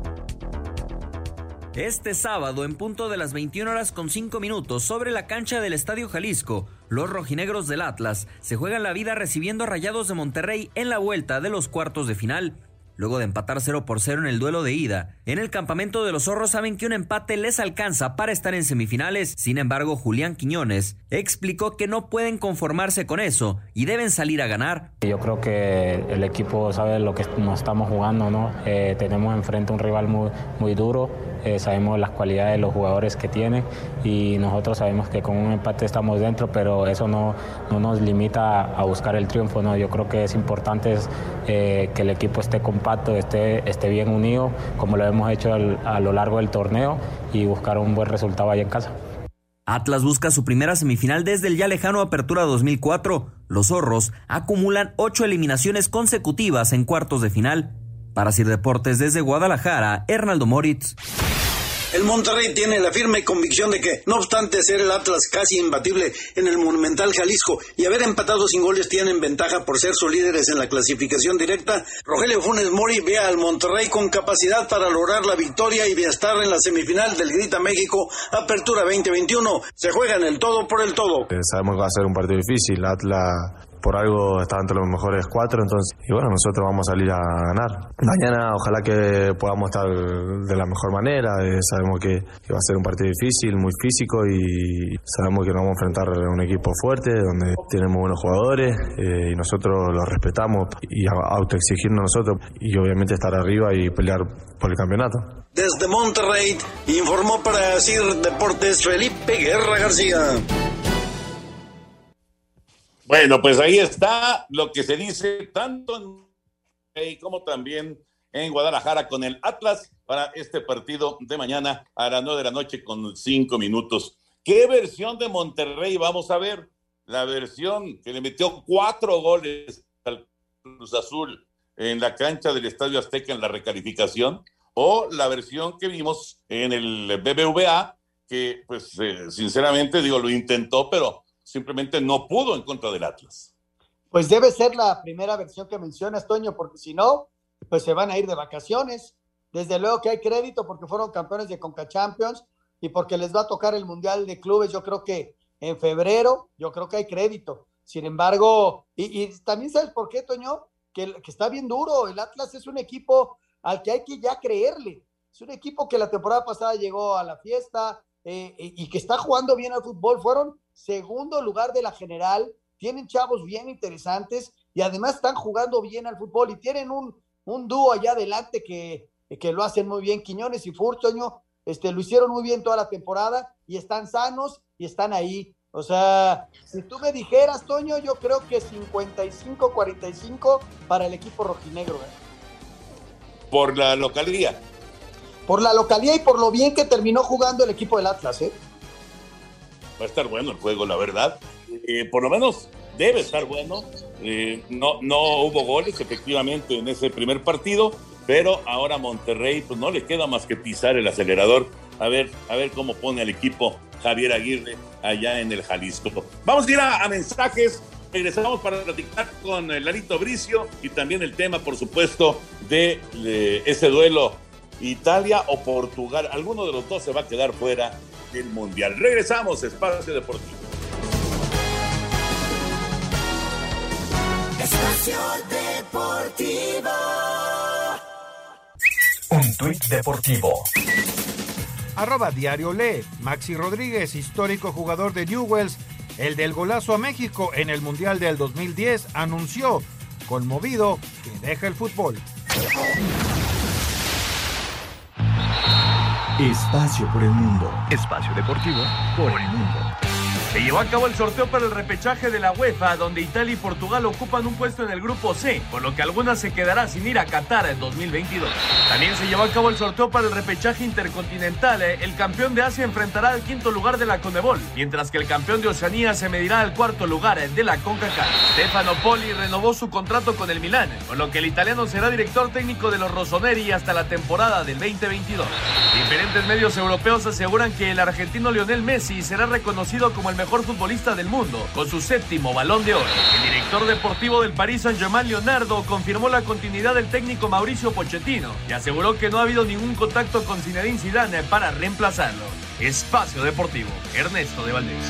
Este sábado, en punto de las 21:05, sobre la cancha del Estadio Jalisco, los rojinegros del Atlas se juegan la vida recibiendo a Rayados de Monterrey en la vuelta de los cuartos de final. Luego de empatar 0-0 en el duelo de ida, en el campamento de los zorros saben que un empate les alcanza para estar en semifinales. Sin embargo, Julián Quiñones explicó que no pueden conformarse con eso y deben salir a ganar. Yo creo que el equipo sabe lo que nos estamos jugando, ¿no? Tenemos enfrente un rival muy duro, sabemos las cualidades de los jugadores que tiene y nosotros sabemos que con un empate estamos dentro, pero eso no nos limita a buscar el triunfo, ¿no? Yo creo que es importante que el equipo esté compacto, esté bien unido, como lo hemos hecho a lo largo del torneo, y buscar un buen resultado allá en casa. Atlas busca su primera semifinal desde el ya lejano Apertura 2004. Los zorros acumulan 8 eliminaciones consecutivas en cuartos de final. Para Sir Deportes desde Guadalajara, Hernaldo Moritz. El Monterrey tiene la firme convicción de que, no obstante ser el Atlas casi imbatible en el Monumental Jalisco y haber empatado sin goles, tienen ventaja por ser sus líderes en la clasificación directa, Rogelio Funes Mori ve al Monterrey con capacidad para lograr la victoria y de estar en la semifinal del Grita México Apertura 2021. Se juega en el todo por el todo. Sabemos que va a ser un partido difícil. Atlas por algo está entre los mejores 4, entonces, y bueno, nosotros vamos a salir a ganar. Mañana ojalá que podamos estar de la mejor manera, sabemos que va a ser un partido difícil, muy físico, y sabemos que nos vamos a enfrentar a un equipo fuerte, donde tenemos buenos jugadores, y nosotros los respetamos, y autoexigirnos nosotros, y obviamente estar arriba y pelear por el campeonato. Desde Monterrey, informó para CIR Deportes Felipe Guerra García. Bueno, pues ahí está lo que se dice tanto en Monterrey como también en Guadalajara con el Atlas para este partido de mañana a las 9 de la noche con 5 minutos. ¿Qué versión de Monterrey vamos a ver? La versión que le metió 4 goles al Cruz Azul en la cancha del Estadio Azteca en la recalificación, o la versión que vimos en el BBVA, que pues sinceramente digo, lo intentó, pero simplemente no pudo en contra del Atlas. Pues debe ser la primera versión que mencionas, Toño, porque si no, pues se van a ir de vacaciones. Desde luego que hay crédito porque fueron campeones de Conca Champions y porque les va a tocar el Mundial de Clubes, yo creo que en febrero, yo creo que hay crédito. Sin embargo, y también sabes por qué, Toño, que está bien duro. El Atlas es un equipo al que hay que ya creerle. Es un equipo que la temporada pasada llegó a la fiesta y que está jugando bien al fútbol. Fueron segundo lugar de la general, tienen chavos bien interesantes y además están jugando bien al fútbol y tienen un dúo allá adelante que lo hacen muy bien. Quiñones y Furtoño lo hicieron muy bien toda la temporada y están sanos y están ahí. O sea, si tú me dijeras, Toño, yo creo que 55-45 para el equipo rojinegro. Por la localía. Por la localía y por lo bien que terminó jugando el equipo del Atlas, Va a estar bueno el juego, la verdad. Por lo menos debe estar bueno. No hubo goles, efectivamente, en ese primer partido, pero ahora Monterrey pues no le queda más que pisar el acelerador. A ver cómo pone al equipo Javier Aguirre allá en el Jalisco. Vamos a ir a mensajes. Regresamos para platicar con Lalito Bricio y también el tema, por supuesto, de ese duelo Italia o Portugal. Alguno de los dos se va a quedar fuera del Mundial. Regresamos, Espacio Deportivo. Espacio Deportivo. Un tuit deportivo. @Diario Lee. Maxi Rodríguez, histórico jugador de Newell's, el del golazo a México en el Mundial del 2010, anunció, conmovido, que deja el fútbol. Espacio por el mundo. Espacio deportivo por el mundo. Se llevó a cabo el sorteo para el repechaje de la UEFA, donde Italia y Portugal ocupan un puesto en el grupo C, por lo que alguna se quedará sin ir a Qatar en 2022. También se llevó a cabo el sorteo para el repechaje intercontinental. El campeón de Asia enfrentará al quinto lugar de la Conmebol, mientras que el campeón de Oceanía se medirá al cuarto lugar de la CONCACAF. Stefano Poli renovó su contrato con el Milán, por lo que el italiano será director técnico de los rossoneri hasta la temporada del 2022. Diferentes medios europeos aseguran que el argentino Lionel Messi será reconocido como el mejor futbolista del mundo, con su 7º Balón de Oro. El director deportivo del Paris Saint-Germain, Leonardo, confirmó la continuidad del técnico Mauricio Pochettino y aseguró que no ha habido ningún contacto con Zinedine Zidane para reemplazarlo. Espacio Deportivo, Ernesto de Valdés.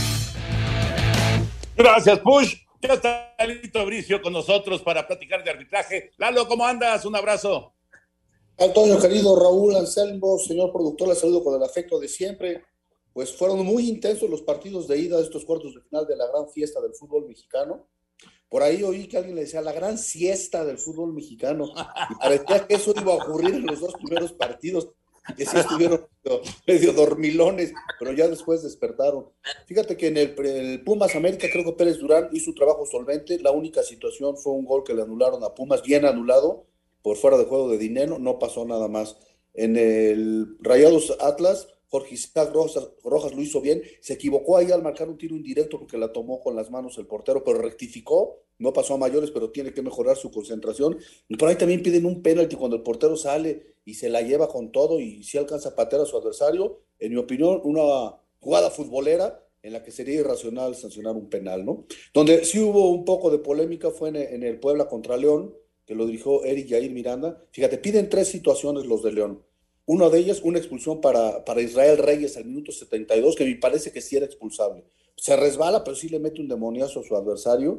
Gracias, Push. Ya está Lalito Bricio con nosotros para platicar de arbitraje. Lalo, ¿cómo andas? Un abrazo. Antonio, querido Raúl, Anselmo, señor productor, les saludo con el afecto de siempre. Pues fueron muy intensos los partidos de ida de estos cuartos de final de la gran fiesta del fútbol mexicano. Por ahí oí que alguien le decía la gran siesta del fútbol mexicano. Y parecía que eso iba a ocurrir en los dos primeros partidos, que sí estuvieron medio dormilones, pero ya después despertaron. Fíjate que en el Pumas América, creo que Pérez Durán hizo un trabajo solvente. La única situación fue un gol que le anularon a Pumas, bien anulado, por fuera de juego de dinero, no pasó nada más. En el Rayados Atlas, Jorge Isaac Rojas lo hizo bien, se equivocó ahí al marcar un tiro indirecto porque la tomó con las manos el portero, pero rectificó, no pasó a mayores, pero tiene que mejorar su concentración. Y por ahí también piden un penalti cuando el portero sale y se la lleva con todo y si alcanza a patear a su adversario. En mi opinión, una jugada futbolera en la que sería irracional sancionar un penal, ¿no? Donde sí hubo un poco de polémica fue en el Puebla contra León, que lo dirigió Eric Jair Miranda. Fíjate, piden 3 situaciones los de León. Una de ellas, una expulsión para Israel Reyes al minuto 72, que me parece que sí era expulsable. Se resbala, pero sí le mete un demoniazo a su adversario.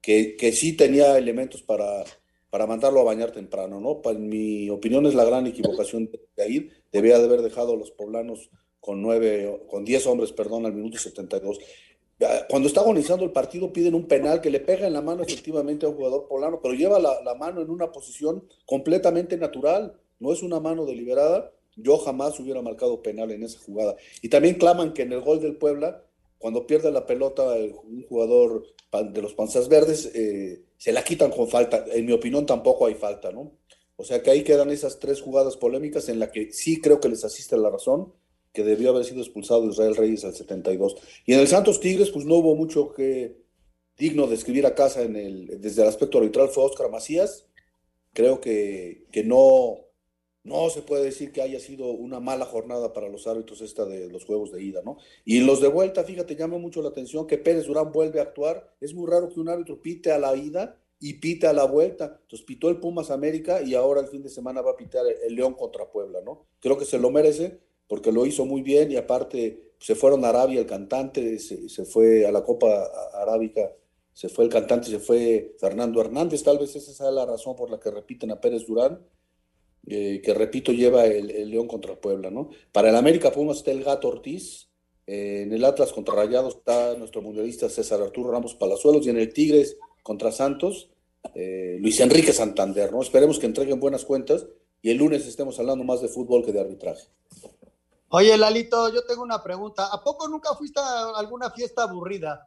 que sí tenía elementos para mandarlo a bañar temprano, ¿no? En mi opinión es la gran equivocación de ir. Debía de haber dejado a los poblanos con 10 hombres, al minuto 72. Cuando está agonizando el partido piden un penal que le pega en la mano efectivamente a un jugador poblano, pero lleva la mano en una posición completamente natural, no es una mano deliberada. Yo jamás hubiera marcado penal en esa jugada. Y también claman que en el gol del Puebla, cuando pierde la pelota un jugador de los Panzas Verdes, se la quitan con falta. En mi opinión tampoco hay falta, ¿no? O sea que ahí quedan esas 3 jugadas polémicas en las que sí creo que les asiste la razón, que debió haber sido expulsado Israel Reyes al 72. Y en el Santos Tigres, pues no hubo mucho que digno de escribir a casa desde el aspecto arbitral. Fue Óscar Macías. Creo que no se puede decir que haya sido una mala jornada para los árbitros esta de los juegos de ida, ¿no? Y en los de vuelta, fíjate, llama mucho la atención que Pérez Durán vuelve a actuar. Es muy raro que un árbitro pite a la ida y pite a la vuelta. Entonces pitó el Pumas América y ahora el fin de semana va a pitar el León contra Puebla, ¿no? Creo que se lo merece porque lo hizo muy bien y aparte se fueron a Arabia el cantante, se fue a la Copa Arábica, se fue el cantante, se fue Fernando Hernández. Tal vez esa sea la razón por la que repiten a Pérez Durán. Que repito, lleva el León contra Puebla, ¿no? Para el América Pumas está el Gato Ortiz, en el Atlas contra Rayados está nuestro mundialista César Arturo Ramos Palazuelos, y en el Tigres contra Santos, Luis Enrique Santander, ¿no? Esperemos que entreguen buenas cuentas y el lunes estemos hablando más de fútbol que de arbitraje. Oye, Lalito, yo tengo una pregunta. ¿A poco nunca fuiste a alguna fiesta aburrida?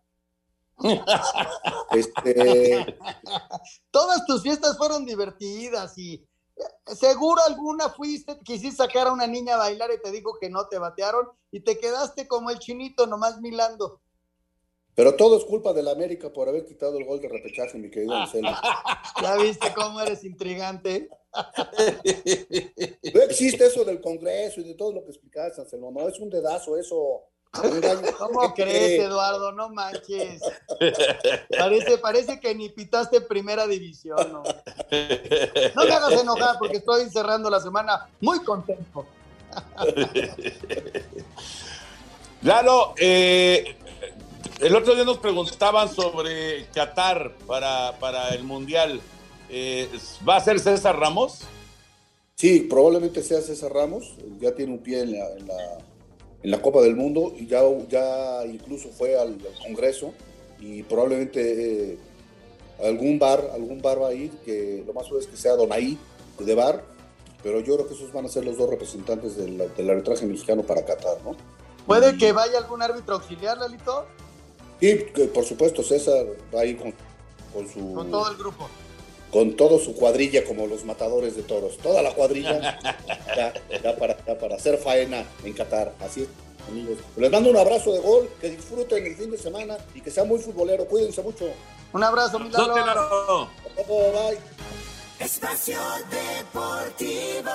Todas tus fiestas fueron divertidas y seguro alguna quisiste sacar a una niña a bailar y te dijo que no, te batearon y te quedaste como el chinito nomás milando. Pero todo es culpa de la América por haber quitado el gol de repechaje, mi querido Marcelo. ¿Ya viste cómo eres intrigante? No existe eso del Congreso y de todo lo que explicaste, Marcelo. No, es un dedazo eso. ¿Cómo crees, Eduardo? No manches. Parece que ni pitaste primera división, ¿no? No me hagas enojar porque estoy cerrando la semana muy contento. Lalo, el otro día nos preguntaban sobre Qatar para el Mundial. ¿Va a ser César Ramos? Sí, probablemente sea César Ramos. Ya tiene un pie en la Copa del Mundo y ya incluso fue al Congreso y probablemente algún bar va a ir, que lo más seguro es que sea Donaí de bar, pero yo creo que esos van a ser los 2 representantes del arbitraje mexicano para Qatar, ¿no? ¿Puede que vaya algún árbitro auxiliar, Lalito? Sí, por supuesto, César va a ir con todo el grupo. Con toda su cuadrilla, como los matadores de toros. Toda la cuadrilla para hacer faena en Qatar. Así es, amigos. Les mando un abrazo de gol, que disfruten el fin de semana y que sea muy futbolero. Cuídense mucho. Un abrazo, mi Lalo. Bye. Espacio Deportivo.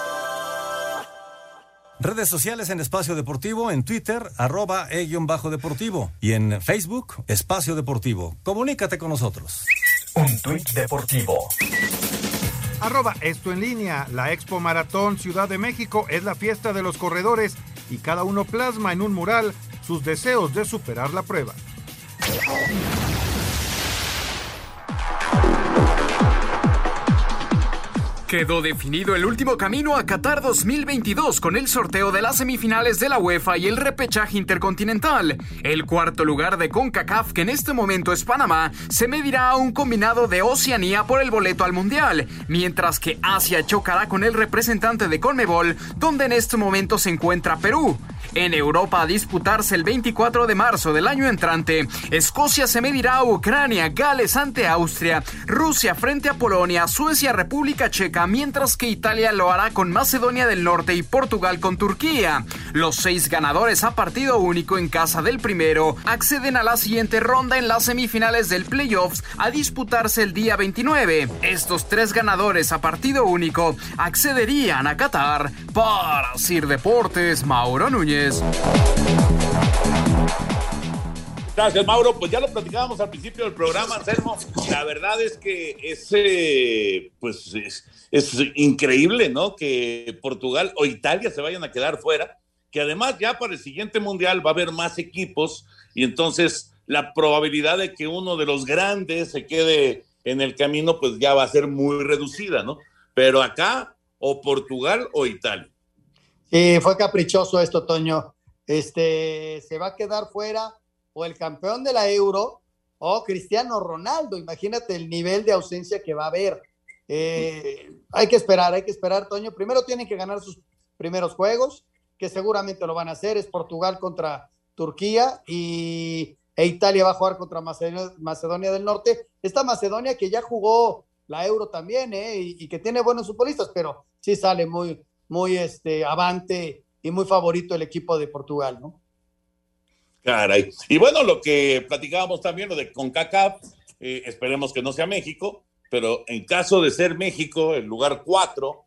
Redes sociales en Espacio Deportivo, en Twitter, @e_deportivo y en Facebook, Espacio Deportivo. Comunícate con nosotros. Un tuit deportivo. @esto en línea. La Expo Maratón Ciudad de México es la fiesta de los corredores y cada uno plasma en un mural sus deseos de superar la prueba. Quedó definido el último camino a Qatar 2022 con el sorteo de las semifinales de la UEFA y el repechaje intercontinental. El cuarto lugar de CONCACAF, que en este momento es Panamá, se medirá a un combinado de Oceanía por el boleto al Mundial, mientras que Asia chocará con el representante de CONMEBOL, donde en este momento se encuentra Perú. En Europa, a disputarse el 24 de marzo del año entrante, Escocia se medirá a Ucrania, Gales ante Austria, Rusia frente a Polonia, Suecia, República Checa, mientras que Italia lo hará con Macedonia del Norte y Portugal con Turquía. Los 6 ganadores a partido único en casa del primero acceden a la siguiente ronda en las semifinales del playoffs a disputarse el día 29. Estos 3 ganadores a partido único accederían a Qatar. Para Sir Deportes, Mauro Núñez. Gracias, Mauro. Pues ya lo platicábamos al principio del programa, Anselmo. La verdad es que es increíble, ¿no? Que Portugal o Italia se vayan a quedar fuera, que además ya para el siguiente mundial va a haber más equipos y entonces la probabilidad de que uno de los grandes se quede en el camino, pues ya va a ser muy reducida, ¿no? Pero acá, o Portugal o Italia. Sí, fue caprichoso esto, Toño. Se va a quedar fuera o el campeón de la Euro o Cristiano Ronaldo. Imagínate el nivel de ausencia que va a haber. Hay que esperar, Toño. Primero tienen que ganar sus primeros juegos, que seguramente lo van a hacer. Es Portugal contra Turquía e Italia va a jugar contra Macedonia del Norte. Esta Macedonia que ya jugó la Euro también, y que tiene buenos futbolistas, pero sí sale muy avante y muy favorito el equipo de Portugal, ¿no? Caray. Y bueno, lo que platicábamos también, lo de CONCACAF, esperemos que no sea México, pero en caso de ser México, el lugar 4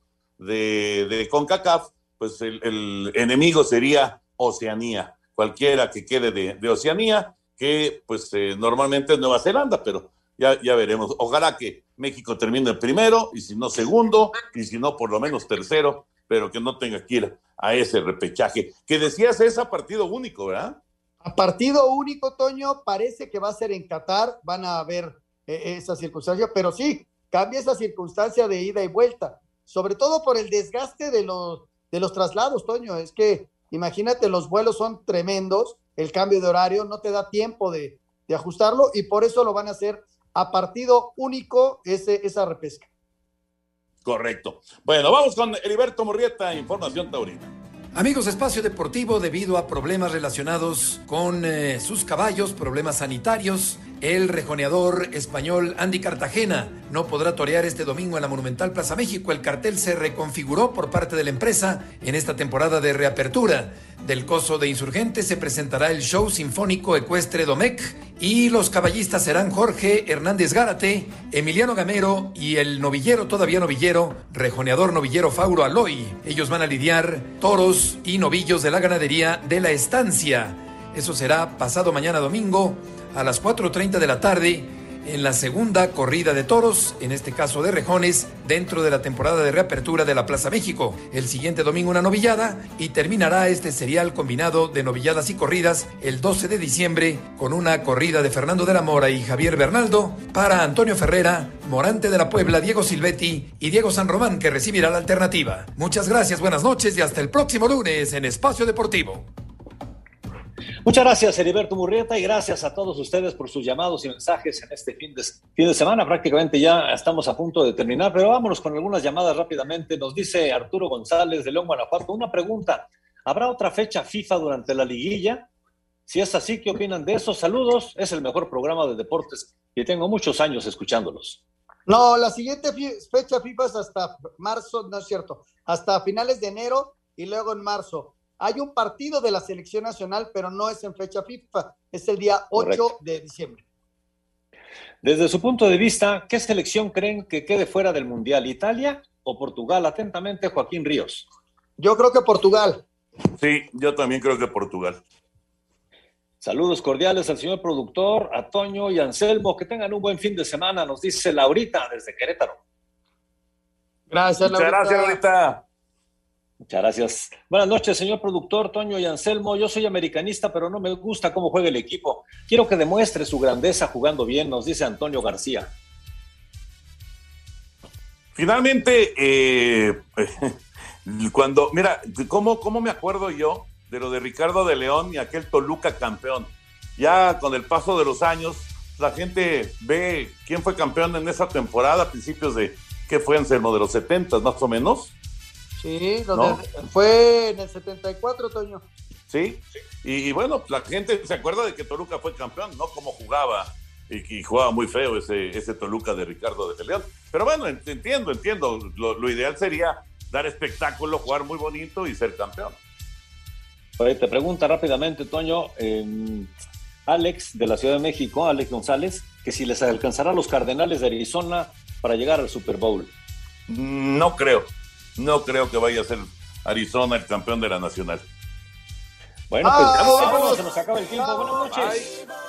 de CONCACAF, pues el enemigo sería Oceanía, cualquiera que quede de Oceanía, que pues normalmente es Nueva Zelanda, pero ya veremos. Ojalá que México termine primero, y si no segundo, y si no por lo menos tercero, pero que no tenga que ir a ese repechaje. Que decías, es a partido único, ¿verdad? A partido único, Toño, parece que va a ser en Qatar, van a ver esa circunstancia, pero sí, cambia esa circunstancia de ida y vuelta, sobre todo por el desgaste de los traslados, Toño. Es que imagínate, los vuelos son tremendos, el cambio de horario no te da tiempo de ajustarlo, y por eso lo van a hacer a partido único esa repesca. Correcto. Bueno, vamos con Heriberto Murrieta, Información Taurina. Amigos de Espacio Deportivo, debido a problemas relacionados con sus caballos, problemas sanitarios, el rejoneador español Andy Cartagena no podrá torear este domingo en la Monumental Plaza México. El cartel se reconfiguró por parte de la empresa en esta temporada de reapertura. Del Coso de Insurgentes se presentará el show sinfónico ecuestre Domecq, y los caballistas serán Jorge Hernández Gárate, Emiliano Gamero y el novillero, todavía novillero, rejoneador novillero Fauro Aloy. Ellos van a lidiar toros y novillos de la ganadería de La Estancia. Eso será pasado mañana domingo a las 4:30 de la tarde en la segunda corrida de toros, en este caso de rejones, dentro de la temporada de reapertura de la Plaza México. El siguiente domingo una novillada, y terminará este serial combinado de novilladas y corridas el 12 de diciembre con una corrida de Fernando de la Mora y Javier Bernaldo para Antonio Ferrera, Morante de la Puebla, Diego Silvetti y Diego San Román, que recibirá la alternativa. Muchas gracias, buenas noches y hasta el próximo lunes en Espacio Deportivo. Muchas gracias, Heriberto Murrieta, y gracias a todos ustedes por sus llamados y mensajes en este fin de semana. Prácticamente ya estamos a punto de terminar, pero vámonos con algunas llamadas rápidamente. Nos dice Arturo González de León, Guanajuato, una pregunta: ¿habrá otra fecha FIFA durante la liguilla? Si es así, ¿qué opinan de eso? Saludos, es el mejor programa de deportes y tengo muchos años escuchándolos. No, la siguiente fecha FIFA es hasta marzo, no es cierto, hasta finales de enero y luego en marzo. Hay un partido de la selección nacional, pero no es en fecha FIFA, es el día 8 Correcto. De diciembre. Desde su punto de vista, ¿qué selección creen que quede fuera del Mundial? ¿Italia o Portugal? Atentamente, Joaquín Ríos. Yo creo que Portugal. Sí, yo también creo que Portugal. Saludos cordiales al señor productor, a Toño y Anselmo. Que tengan un buen fin de semana, nos dice Laurita desde Querétaro. Gracias, Laurita. Muchas gracias, Laurita. Muchas gracias. Buenas noches, señor productor, Toño y Anselmo. Yo soy americanista, pero no me gusta cómo juega el equipo. Quiero que demuestre su grandeza jugando bien, nos dice Antonio García. Finalmente, mira, ¿cómo me acuerdo yo de lo de Ricardo de León y aquel Toluca campeón? Ya con el paso de los años, la gente ve quién fue campeón en esa temporada, a principios de, ¿qué fue, Anselmo? De los 70 más o menos. Sí, fue en el 74, Toño. Sí, y bueno, la gente se acuerda de que Toluca fue campeón, ¿no? Cómo jugaba, y jugaba muy feo ese Toluca de Ricardo de León. Pero bueno, entiendo, lo ideal sería dar espectáculo, jugar muy bonito y ser campeón. Oye, te pregunta rápidamente, Toño, Alex de la Ciudad de México, Alex González, que si les alcanzará a los Cardenales de Arizona para llegar al Super Bowl. No creo que vaya a ser Arizona el campeón de la Nacional. Bueno, pues ya se nos acaba el tiempo. Buenas noches. Bye.